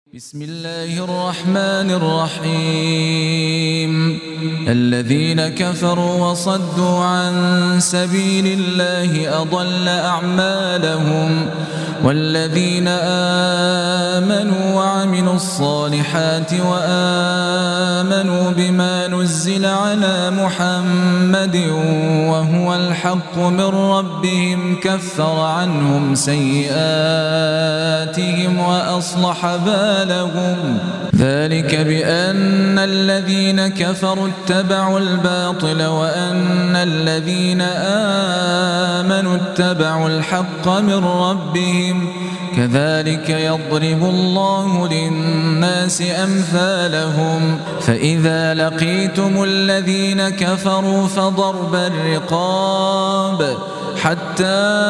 بسم الله الرحمن الرحيم. الذين كفروا وصدوا عن سبيل الله أضل أعمالهم، والذين آمنوا وعملوا الصالحات وآمنوا بما نزل على محمد وهو الحق من ربهم كفر عنهم سيئاتهم وأصلح بالهم. ذلك بأن الذين كفروا اتبعوا الباطل وأن الذين آمنوا اتبعوا الحق من ربهم، كذلك يضرب الله للناس أمثالهم. فإذا لقيتم الذين كفروا فضرب الرقاب حتى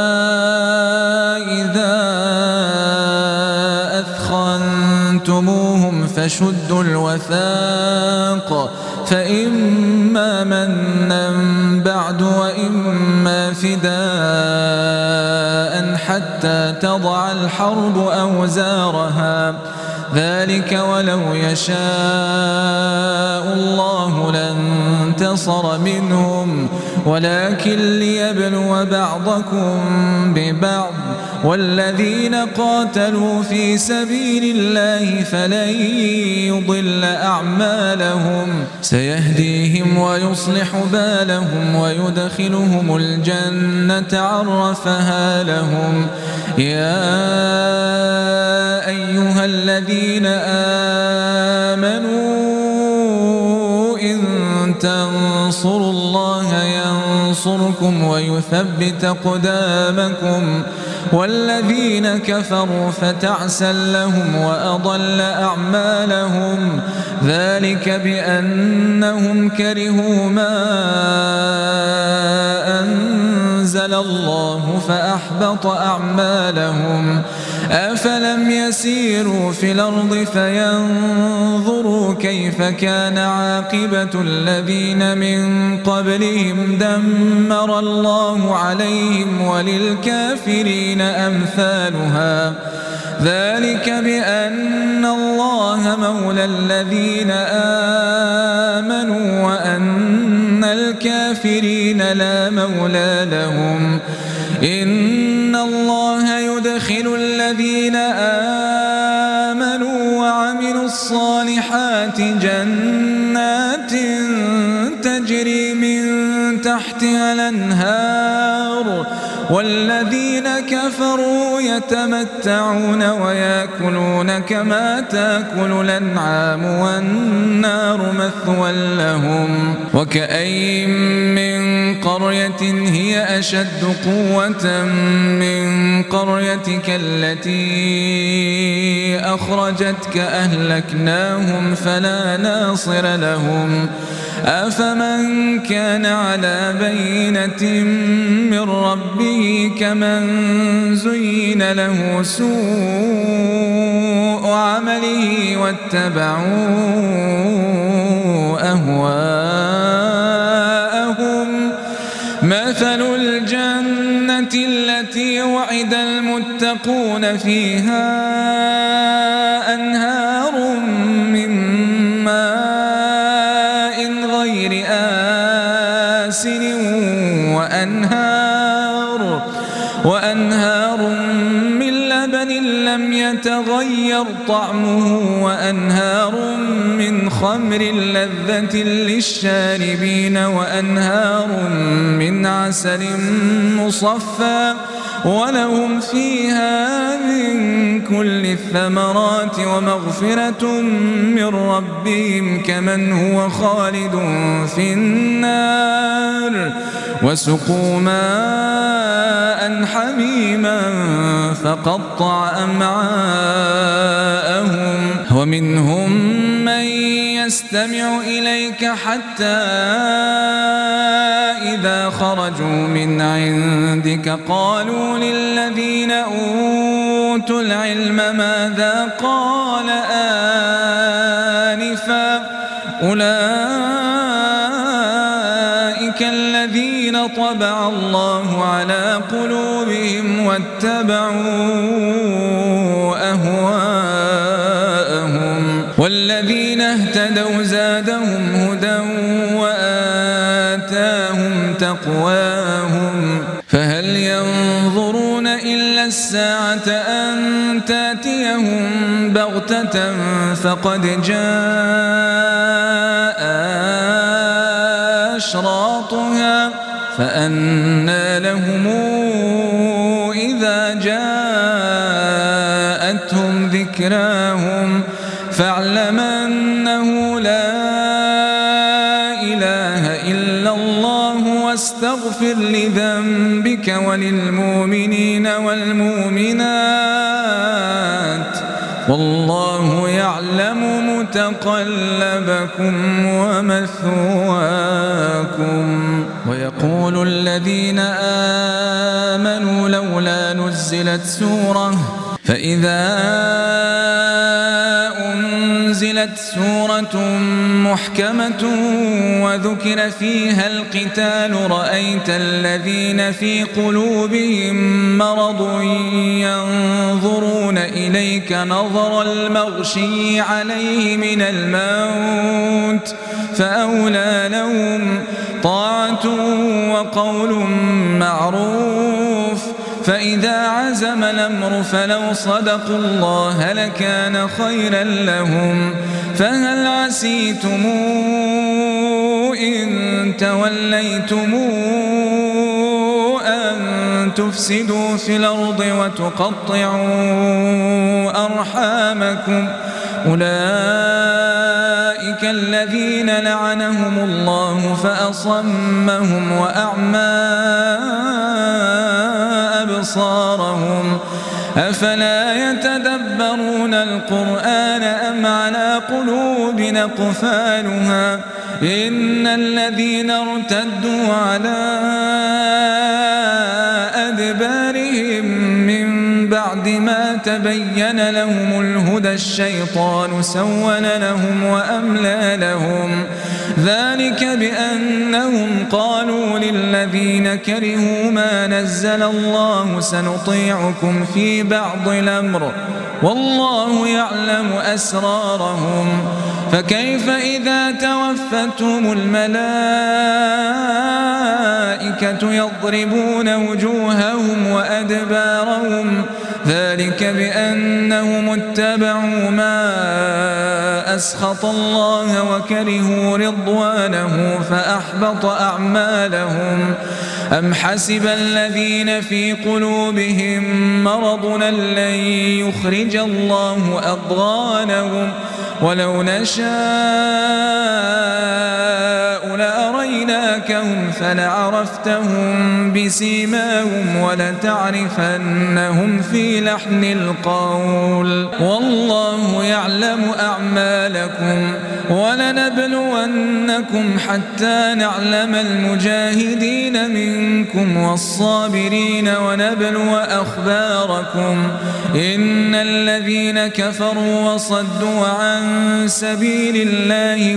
إذا أثخنتموهم فشدوا الوثاق، فإما منا بعد وإما فداء حتى تضع الحرب أوزارها. ذلك ولو يشاء الله لانتصر منهم، ولكن ليبلو بعضكم ببعض. والذين قاتلوا في سبيل الله فلن يضل أعمالهم، سيهديهم ويصلح بالهم ويدخلهم الجنة عرفها لهم. يا أيها الذين آمنوا إن تنصروا الله ينصركم ويثبت أقدامكم، والذين كفروا فتعسا لهم وأضل أعمالهم. ذلك بأنهم كرهوا ما أنزل الله فأحبط أعمالهم. أفلم يسيروا في الأرض فينظروا كيف كان عاقبة الذين من قبلهم، دمر الله عليهم وللكافرين أمثالها. ذلك بأن الله مولى الذين آمنوا وأن الكافرين لا مولى لهم. إن الله يدخل الذين آمنوا وعملوا الصالحات جنات تجري من تحتها الأنهار، والذين كفروا يتمتعون ويأكلون كما تأكل الأنعام والنار مثوى لهم. وكأين من قرية هي أشد قوة من قريتك التي أخرجتك أهلكناهم فلا ناصر لهم. أفمن كان على بينة من ربه كمن زين له سوء عمله واتبعوا أهواءهم. مثل الجنة التي وعد المتقون فيها أنهار من ماء غير آسن وأنهار من لبن لم يتغير طعمه وأنهار من خمر لذة للشاربين وأنهار من عسل مصفى ولهم فيها من كل الثمرات ومغفرة من ربهم كمن هو خالد في النار. وسقوا ماء حميما فقطع أمعاءهم. ومنهم من يستمع إليك حتى إذا خرجوا من عندك قالوا للذين أوتوا العلم ماذا قال آنفا، أولئك الذين طبع الله على قلوبهم واتبعوا أهواءهم. والذين اهتدوا زادهم هدى وآتاهم تقواهم فهل ينظرون إلا الساعة أن تأتيهم بغتة فقد جاء أشراطها فأنى لهم إذا جاءتهم ذكراهم فاعلم أنه لا إله إلا الله واستغفر لذنبك وللمؤمنين والمؤمنات والله يعلم متقلبكم ومثواكم. ويقول الذين آمنوا لولا نزلت سورة فإذا أنزلت سورة محكمة وذكر فيها القتال رأيت الذين في قلوبهم مرض ينظرون إليك نظر المغشي عليه من الموت فأولى لهم طاعة وقول معروف فإذا عزم الأمر فلو صدقوا الله لكان خيرا لهم. فهل عسيتم إن توليتم أن تفسدوا في الأرض وتقطعوا أرحامكم أولئك الذين لعنهم الله فأصمهم وأعمى أبصارهم أفلا يتدبرون القرآن أم على قلوب أقفالها إن الذين ارتدوا على أدبارهم من بعد ما تبين لهم الهدى الشيطان سول لهم وأملى لهم ذلك بأنهم قالوا للذين كرهوا ما نزل الله سنطيعكم في بعض الأمر والله يعلم أسرارهم فكيف إذا توفتهم الملائكة يضربون وجوههم وأدبارهم ذلك بأنهم اتبعوا ما أسخط الله وكرهوا رضوانه فأحبط أعمالهم. أم حسب الذين في قلوبهم مرض لن يخرج الله أضغانهم ولو نشاء لأريناكهم فلعرفتهم بسيماهم ولتعرفنهم في لحن القول والله يعلم أعمالكم ولنبلونكم حتى نعلم المجاهدين منكم والصابرين ونبلو أخباركم إن الذين كفروا وصدوا عن سبيل الله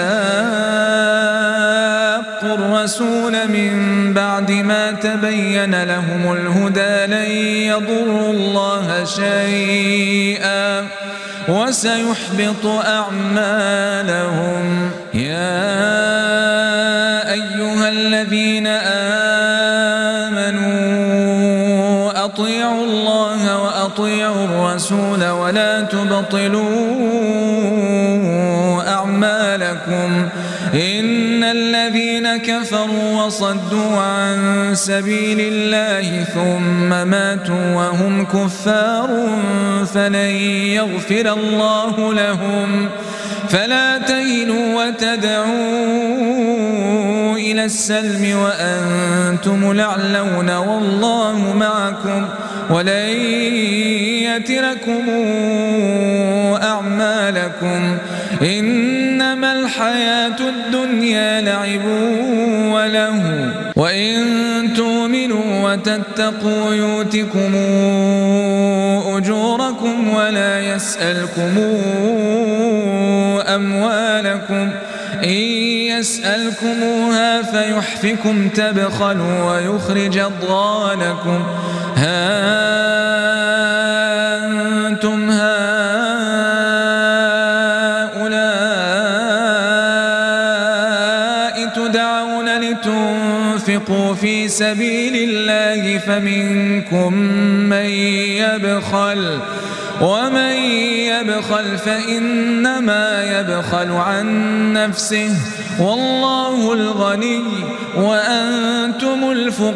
وشاقوا الرسول من بعد ما تبين لهم الهدى لن يضروا الله شيئا وسيحبط أعمالهم. يا أيها الذين آمنوا أطيعوا الله وأطيعوا الرسول ولا تبطلوا أعمالكم إن الذين كفروا وصدوا عن سبيل الله ثم ماتوا وهم كفار فلن يغفر الله لهم فلا تهنوا وتدعوا إلى السلم وأنتم الأعلون والله معكم ولن يتركم أعمالكم إنما الحياة الدنيا لعب وله وإن تؤمنوا وتتقوا يؤتكم أجوركم ولا يسألكم أموالكم إن يسألكموها فيحفكم تبخلوا ويخرج أضغانكم ها أنتم هؤلاء وأنفقوا في سبيل الله فمنكم من يبخل ومن يبخل فإنما يبخل عن نفسه والله الغني وأنتم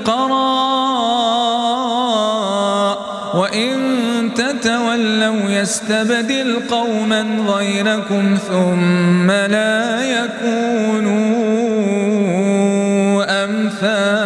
الفقراء وإن تتولوا يستبدل قوما غيركم ثم لا يكونوا أمثالكم